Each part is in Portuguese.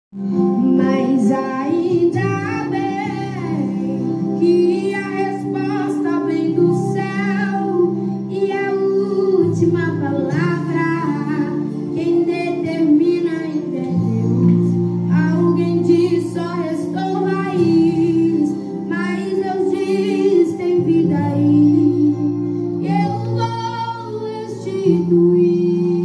Mas ainda bem que a resposta vem do céu e a última palavra quem determina é Deus. Alguém diz só restou raiz, mas Deus diz tem vida aí, eu vou restituir.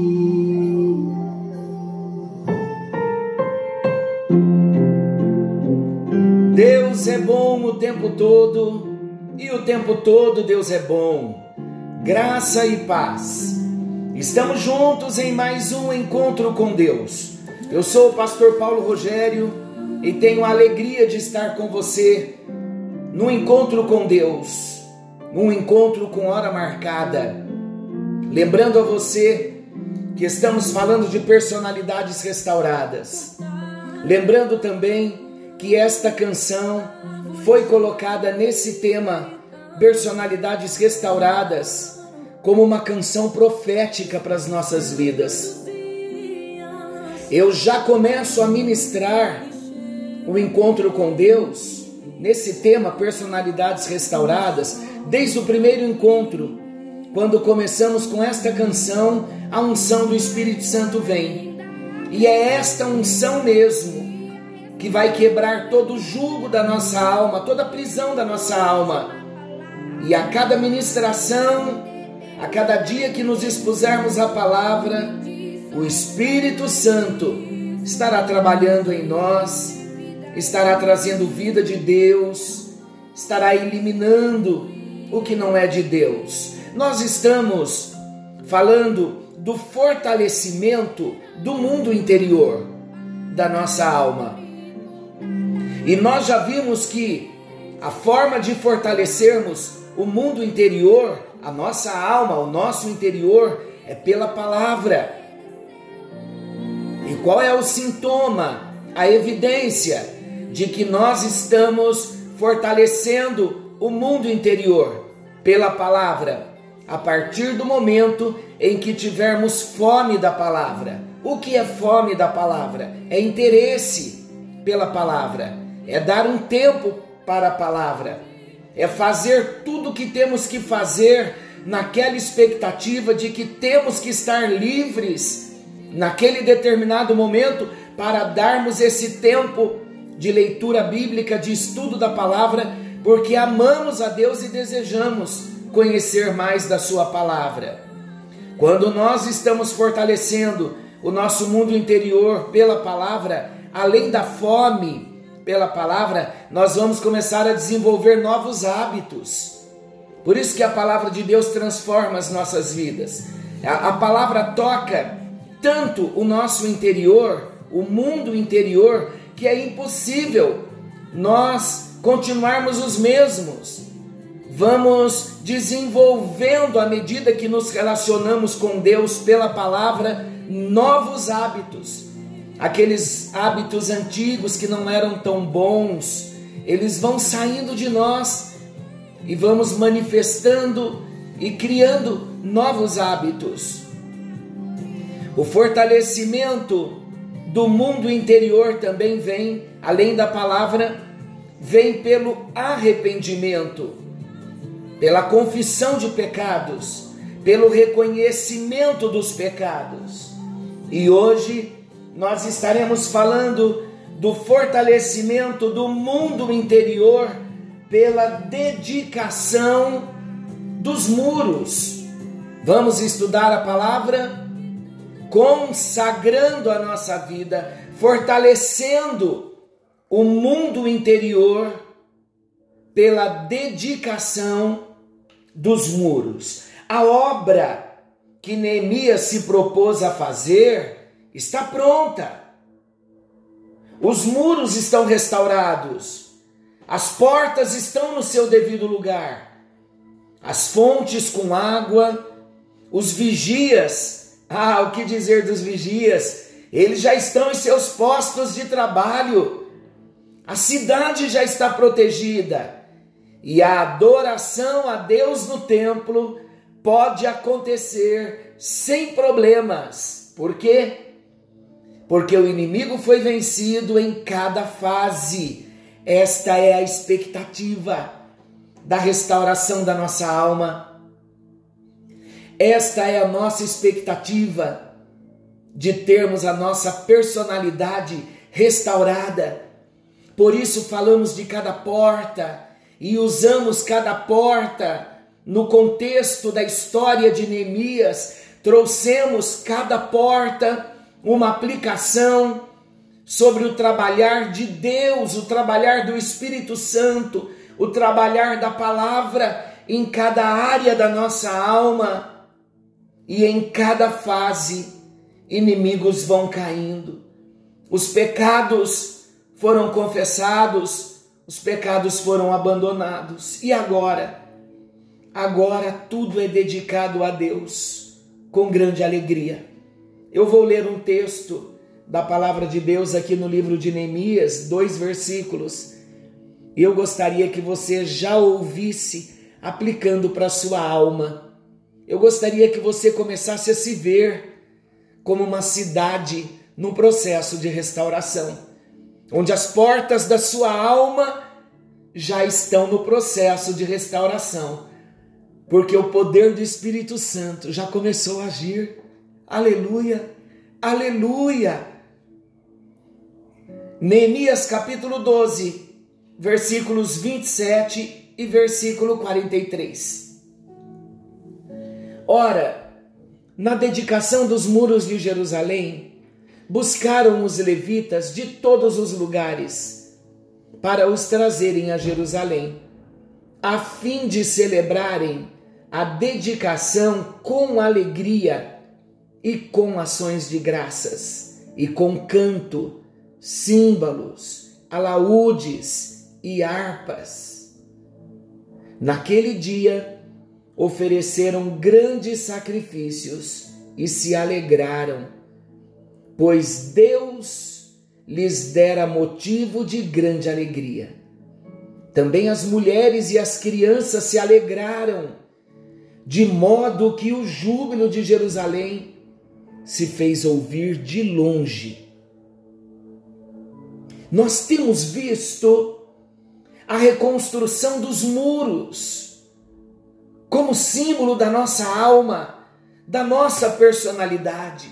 Deus é bom o tempo todo, e o tempo todo Deus é bom. Graça e paz. Estamos juntos em mais um encontro com Deus. Eu sou o pastor Paulo Rogério e tenho a alegria de estar com você no encontro com Deus, um encontro com hora marcada. Lembrando a você que estamos falando de personalidades restauradas. Lembrando também que esta canção foi colocada nesse tema, personalidades restauradas, como uma canção profética para as nossas vidas. Eu já começo a ministrar o encontro com Deus nesse tema, personalidades restauradas, desde o primeiro encontro, quando começamos com esta canção, a unção do Espírito Santo vem. E é esta unção mesmo que vai quebrar todo o jugo da nossa alma, toda a prisão da nossa alma. E a cada ministração, a cada dia que nos expusermos à palavra, o Espírito Santo estará trabalhando em nós, estará trazendo vida de Deus, estará eliminando o que não é de Deus. Nós estamos falando do fortalecimento do mundo interior da nossa alma. E nós já vimos que a forma de fortalecermos o mundo interior, a nossa alma, o nosso interior, é pela palavra. E qual é o sintoma, a evidência de que nós estamos fortalecendo o mundo interior? Pela palavra. A partir do momento em que tivermos fome da palavra. O que é fome da palavra? É interesse pela palavra. É dar um tempo para a palavra, é fazer tudo o que temos que fazer naquela expectativa de que temos que estar livres naquele determinado momento para darmos esse tempo de leitura bíblica, de estudo da palavra, porque amamos a Deus e desejamos conhecer mais da sua palavra. Quando nós estamos fortalecendo o nosso mundo interior pela palavra, além da fome pela palavra, nós vamos começar a desenvolver novos hábitos. Por isso que a palavra de Deus transforma as nossas vidas. A palavra toca tanto o nosso interior, o mundo interior, que é impossível nós continuarmos os mesmos. Vamos desenvolvendo, à medida que nos relacionamos com Deus pela palavra, novos hábitos. Aqueles hábitos antigos que não eram tão bons, eles vão saindo de nós e vamos manifestando e criando novos hábitos. O fortalecimento do mundo interior também vem, além da palavra, vem pelo arrependimento, pela confissão de pecados, pelo reconhecimento dos pecados. E hoje nós estaremos falando do fortalecimento do mundo interior pela dedicação dos muros. Vamos estudar a palavra, consagrando a nossa vida, fortalecendo o mundo interior pela dedicação dos muros. A obra que Neemias se propôs a fazer está pronta. Os muros estão restaurados. As portas estão no seu devido lugar. As fontes com água. Os vigias. O que dizer dos vigias? Eles já estão em seus postos de trabalho. A cidade já está protegida. E a adoração a Deus no templo pode acontecer sem problemas. Por quê? porque o inimigo foi vencido em cada fase. Esta é a expectativa da restauração da nossa alma. Esta é a nossa expectativa de termos a nossa personalidade restaurada. Por isso falamos de cada porta e usamos cada porta no contexto da história de Neemias. Trouxemos cada porta uma aplicação sobre o trabalhar de Deus, o trabalhar do Espírito Santo, o trabalhar da palavra em cada área da nossa alma. E em cada fase, inimigos vão caindo. Os pecados foram confessados, os pecados foram abandonados. E agora? Agora tudo é dedicado a Deus, com grande alegria. Eu vou ler um texto da palavra de Deus aqui no livro de Neemias, 2 versículos. E eu gostaria que você já ouvisse, aplicando para a sua alma. Eu gostaria que você começasse a se ver como uma cidade num processo de restauração, onde as portas da sua alma já estão no processo de restauração, porque o poder do Espírito Santo já começou a agir. Aleluia, aleluia. Neemias capítulo 12, versículos 27 e versículo 43. Ora, na dedicação dos muros de Jerusalém, buscaram os levitas de todos os lugares para os trazerem a Jerusalém, a fim de celebrarem a dedicação com alegria e com ações de graças, e com canto, símbolos, alaúdes e harpas. Naquele dia, ofereceram grandes sacrifícios e se alegraram, pois Deus lhes dera motivo de grande alegria. Também as mulheres e as crianças se alegraram, de modo que o júbilo de Jerusalém se fez ouvir de longe. Nós temos visto a reconstrução dos muros como símbolo da nossa alma, da nossa personalidade.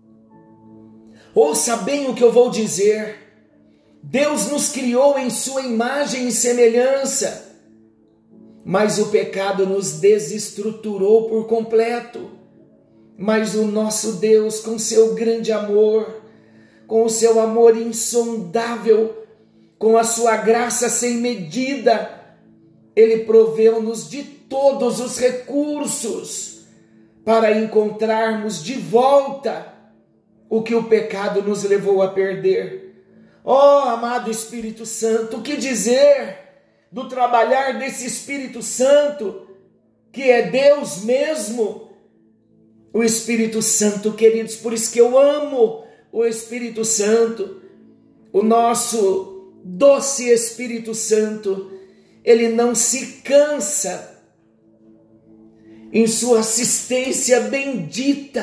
Ouça bem o que eu vou dizer. Deus nos criou em sua imagem e semelhança, mas o pecado nos desestruturou por completo. Mas o nosso Deus, com seu grande amor, com o seu amor insondável, com a sua graça sem medida, Ele proveu-nos de todos os recursos para encontrarmos de volta o que o pecado nos levou a perder. Oh, amado Espírito Santo, o que dizer do trabalhar desse Espírito Santo, que é Deus mesmo? O Espírito Santo, queridos, por isso que eu amo o Espírito Santo, o nosso doce Espírito Santo. Ele não se cansa em sua assistência bendita,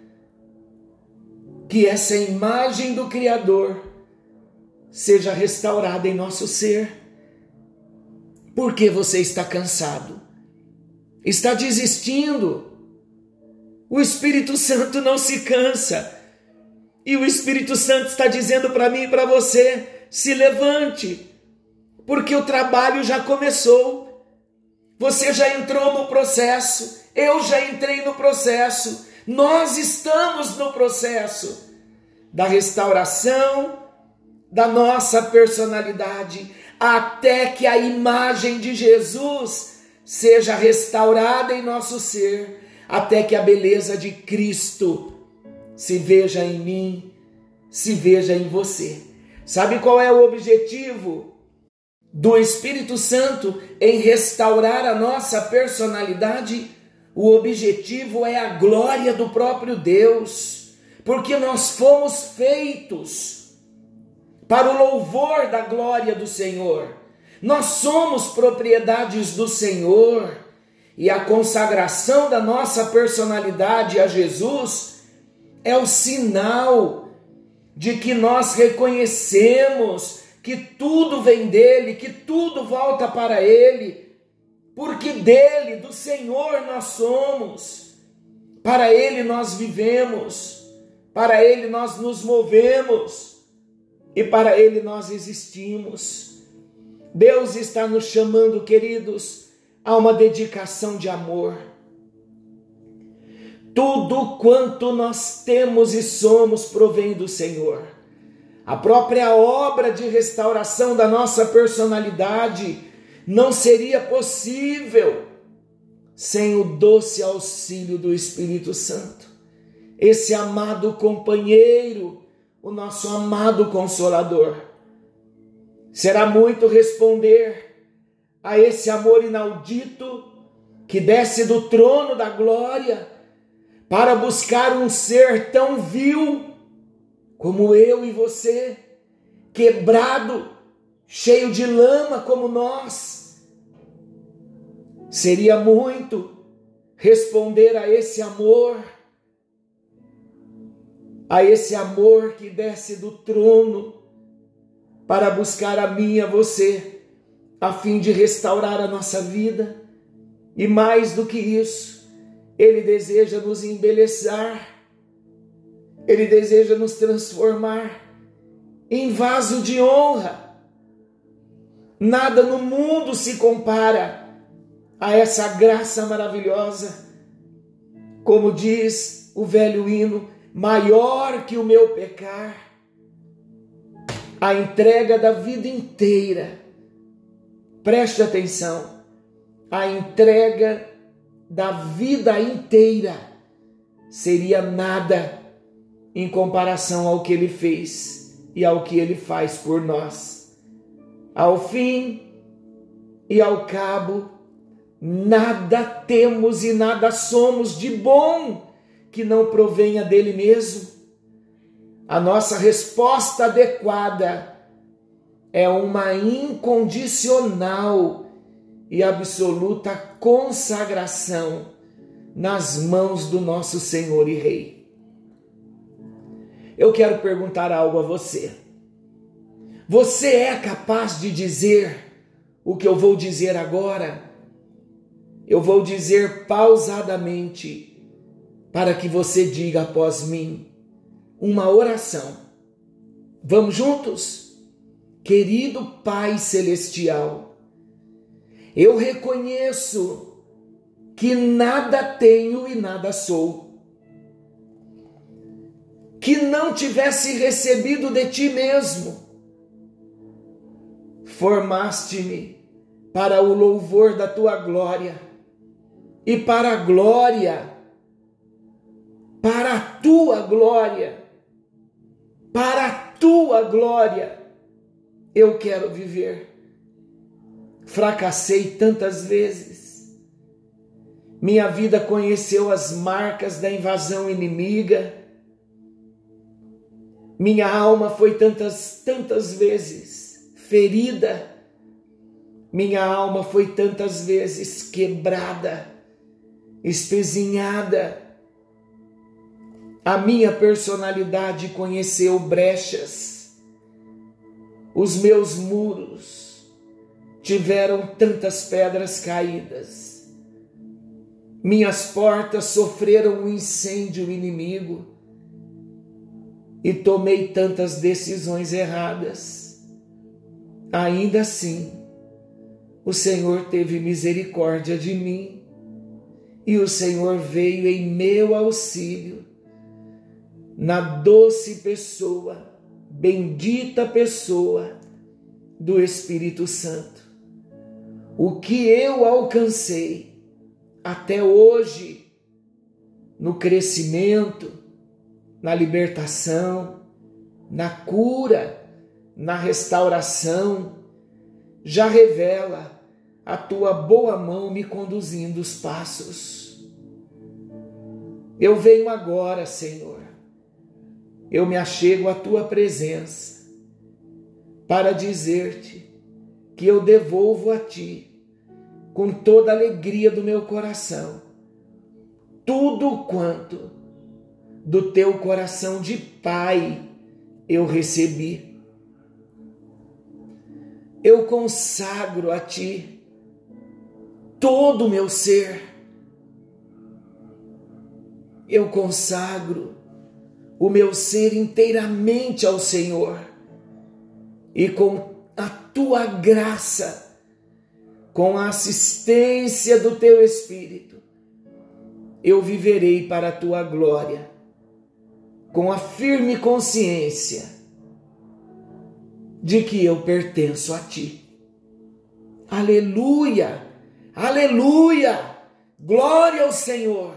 que essa imagem do Criador seja restaurada em nosso ser. Por que você está cansado? Está desistindo? O Espírito Santo não se cansa. E o Espírito Santo está dizendo para mim e para você: se levante, porque o trabalho já começou. Você já entrou no processo, eu já entrei no processo, nós estamos no processo da restauração da nossa personalidade, até que a imagem de Jesus seja restaurada em nosso ser, até que a beleza de Cristo se veja em mim, se veja em você. Sabe qual é o objetivo do Espírito Santo em restaurar a nossa personalidade? O objetivo é a glória do próprio Deus, porque nós fomos feitos para o louvor da glória do Senhor. Nós somos propriedades do Senhor, e a consagração da nossa personalidade a Jesus é o sinal de que nós reconhecemos que tudo vem dele, que tudo volta para ele, porque dele, do Senhor nós somos, para ele nós vivemos, para ele nós nos movemos e para ele nós existimos. Deus está nos chamando, queridos, a uma dedicação de amor. Tudo quanto nós temos e somos provém do Senhor. A própria obra de restauração da nossa personalidade não seria possível sem o doce auxílio do Espírito Santo. Esse amado companheiro, o nosso amado Consolador. Será muito responder a esse amor inaudito que desce do trono da glória para buscar um ser tão vil como eu e você, quebrado, cheio de lama como nós. Seria muito responder a esse amor que desce do trono para buscar a mim e a você, a fim de restaurar a nossa vida. E mais do que isso, Ele deseja nos embelezar, Ele deseja nos transformar em vaso de honra. Nada no mundo se compara a essa graça maravilhosa. Como diz o velho hino, maior que o meu pecar, a entrega da vida inteira. Preste atenção, a entrega da vida inteira seria nada em comparação ao que Ele fez e ao que Ele faz por nós. Ao fim e ao cabo, nada temos e nada somos de bom que não provenha dele mesmo. A nossa resposta adequada é uma incondicional e absoluta consagração nas mãos do nosso Senhor e Rei. Eu quero perguntar algo a você. Você é capaz de dizer o que eu vou dizer agora? Eu vou dizer pausadamente, para que você diga após mim uma oração. Vamos juntos? Querido Pai Celestial, eu reconheço que nada tenho e nada sou. Que não tivesse recebido de Ti mesmo. Formaste-me para o louvor da Tua glória e para a glória, para a Tua glória, para a Tua glória, eu quero viver. Fracassei tantas vezes, minha vida conheceu as marcas da invasão inimiga, minha alma foi tantas vezes ferida, minha alma foi tantas vezes quebrada, espezinhada. A minha personalidade conheceu brechas. Os meus muros tiveram tantas pedras caídas. Minhas portas sofreram um incêndio inimigo. E tomei tantas decisões erradas. Ainda assim, o Senhor teve misericórdia de mim. E o Senhor veio em meu auxílio, na doce pessoa, bendita pessoa do Espírito Santo. O que eu alcancei até hoje, no crescimento, na libertação, na cura, na restauração, já revela a Tua boa mão me conduzindo os passos. Eu venho agora, Senhor, eu me achego à Tua presença para dizer-te que eu devolvo a Ti, com toda a alegria do meu coração, tudo quanto do Teu coração de Pai eu recebi. Eu consagro a Ti todo o meu ser. Eu consagro o meu ser inteiramente ao Senhor. E com a Tua graça, com a assistência do Teu Espírito, eu viverei para a Tua glória, com a firme consciência de que eu pertenço a Ti. Aleluia! Aleluia! Glória ao Senhor!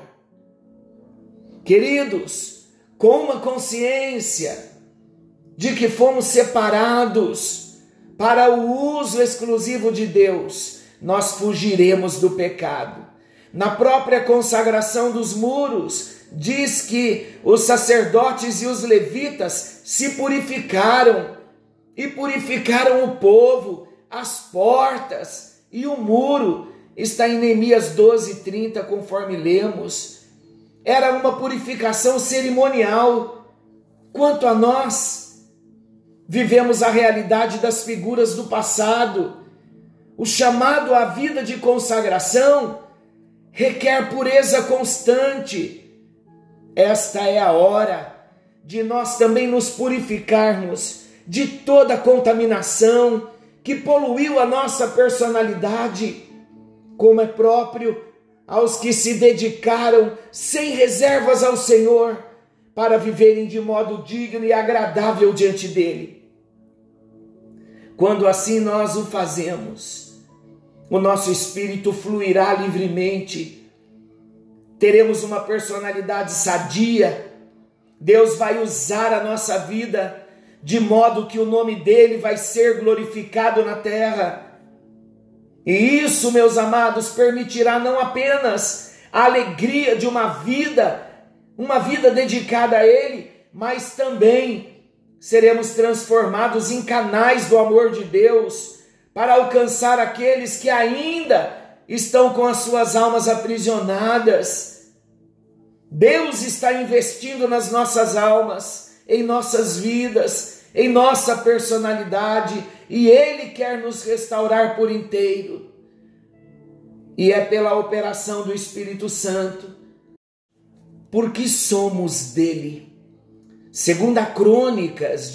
Queridos, com uma consciência de que fomos separados para o uso exclusivo de Deus, nós fugiremos do pecado. Na própria consagração dos muros, diz que os sacerdotes e os levitas se purificaram e purificaram o povo, as portas e o muro. Está em Neemias 12:30, conforme lemos. Era uma purificação cerimonial. Quanto a nós, vivemos a realidade das figuras do passado. O chamado à vida de consagração requer pureza constante. Esta é a hora de nós também nos purificarmos de toda contaminação que poluiu a nossa personalidade, como é próprio aos que se dedicaram sem reservas ao Senhor para viverem de modo digno e agradável diante dele. Quando assim nós o fazemos, o nosso espírito fluirá livremente, teremos uma personalidade sadia, Deus vai usar a nossa vida de modo que o nome dele vai ser glorificado na terra. E isso, meus amados, permitirá não apenas a alegria de uma vida dedicada a ele, mas também seremos transformados em canais do amor de Deus para alcançar aqueles que ainda estão com as suas almas aprisionadas. Deus está investindo nas nossas almas, em nossas vidas, em nossa personalidade, e Ele quer nos restaurar por inteiro. E é pela operação do Espírito Santo, porque somos dele. 2 Crônicas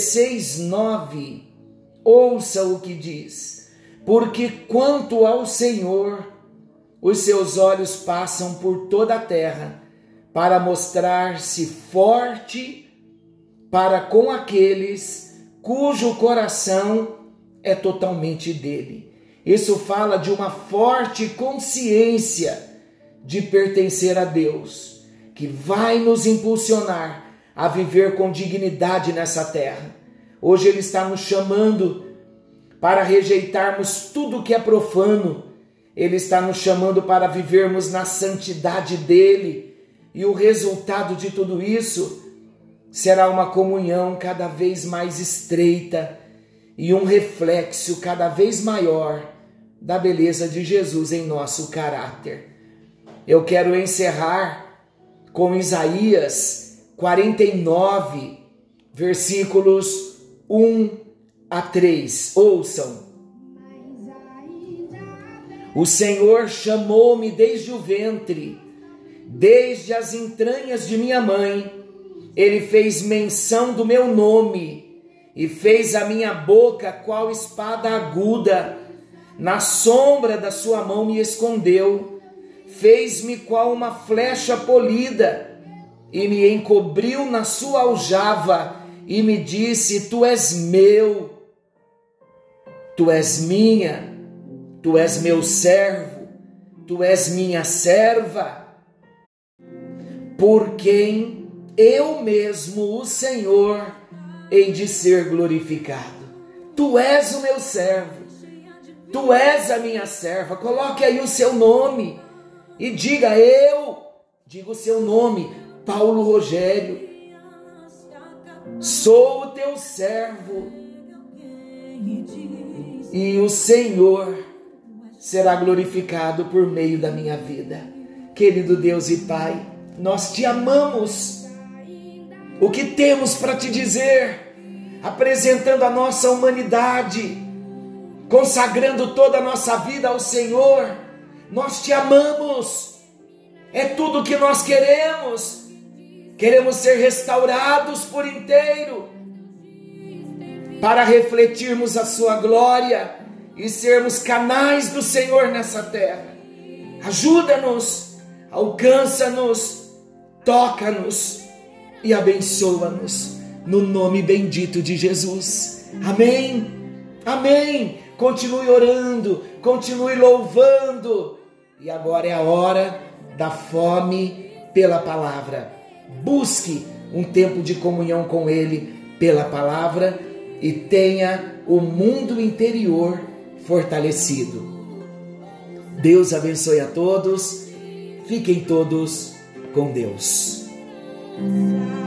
16:9, ouça o que diz: porque quanto ao Senhor, os seus olhos passam por toda a terra, para mostrar-se forte para com aqueles cujo coração é totalmente dele. Isso fala de uma forte consciência de pertencer a Deus, que vai nos impulsionar a viver com dignidade nessa terra. Hoje Ele está nos chamando para rejeitarmos tudo que é profano. Ele está nos chamando para vivermos na santidade dEle. E o resultado de tudo isso será uma comunhão cada vez mais estreita e um reflexo cada vez maior da beleza de Jesus em nosso caráter. Eu quero encerrar com Isaías 49, versículos 1-3. Ouçam. O Senhor chamou-me desde o ventre, desde as entranhas de minha mãe. Ele fez menção do meu nome e fez a minha boca qual espada aguda. Na sombra da sua mão me escondeu, fez-me qual uma flecha polida e me encobriu na sua aljava e me disse: tu és meu, tu és minha, tu és meu servo, tu és minha serva, por quem eu mesmo, o Senhor, hei de ser glorificado. Tu és o meu servo, tu és a minha serva. Coloque aí o seu nome e diga: eu, diga o seu nome, Paulo Rogério, sou o teu servo e o Senhor será glorificado por meio da minha vida. Querido Deus e Pai, nós te amamos. O que temos para te dizer? apresentando a nossa humanidade, consagrando toda a nossa vida ao Senhor. Nós te amamos, é tudo o que nós queremos. Queremos ser restaurados por inteiro, para refletirmos a sua glória e sermos canais do Senhor nessa terra. Ajuda-nos, alcança-nos, toca-nos e abençoa-nos, no nome bendito de Jesus. Amém, amém. Continue orando, continue louvando. E agora é a hora da fome pela palavra. Busque um tempo de comunhão com Ele pela palavra e tenha o mundo interior fortalecido. Deus abençoe a todos. Fiquem todos com Deus.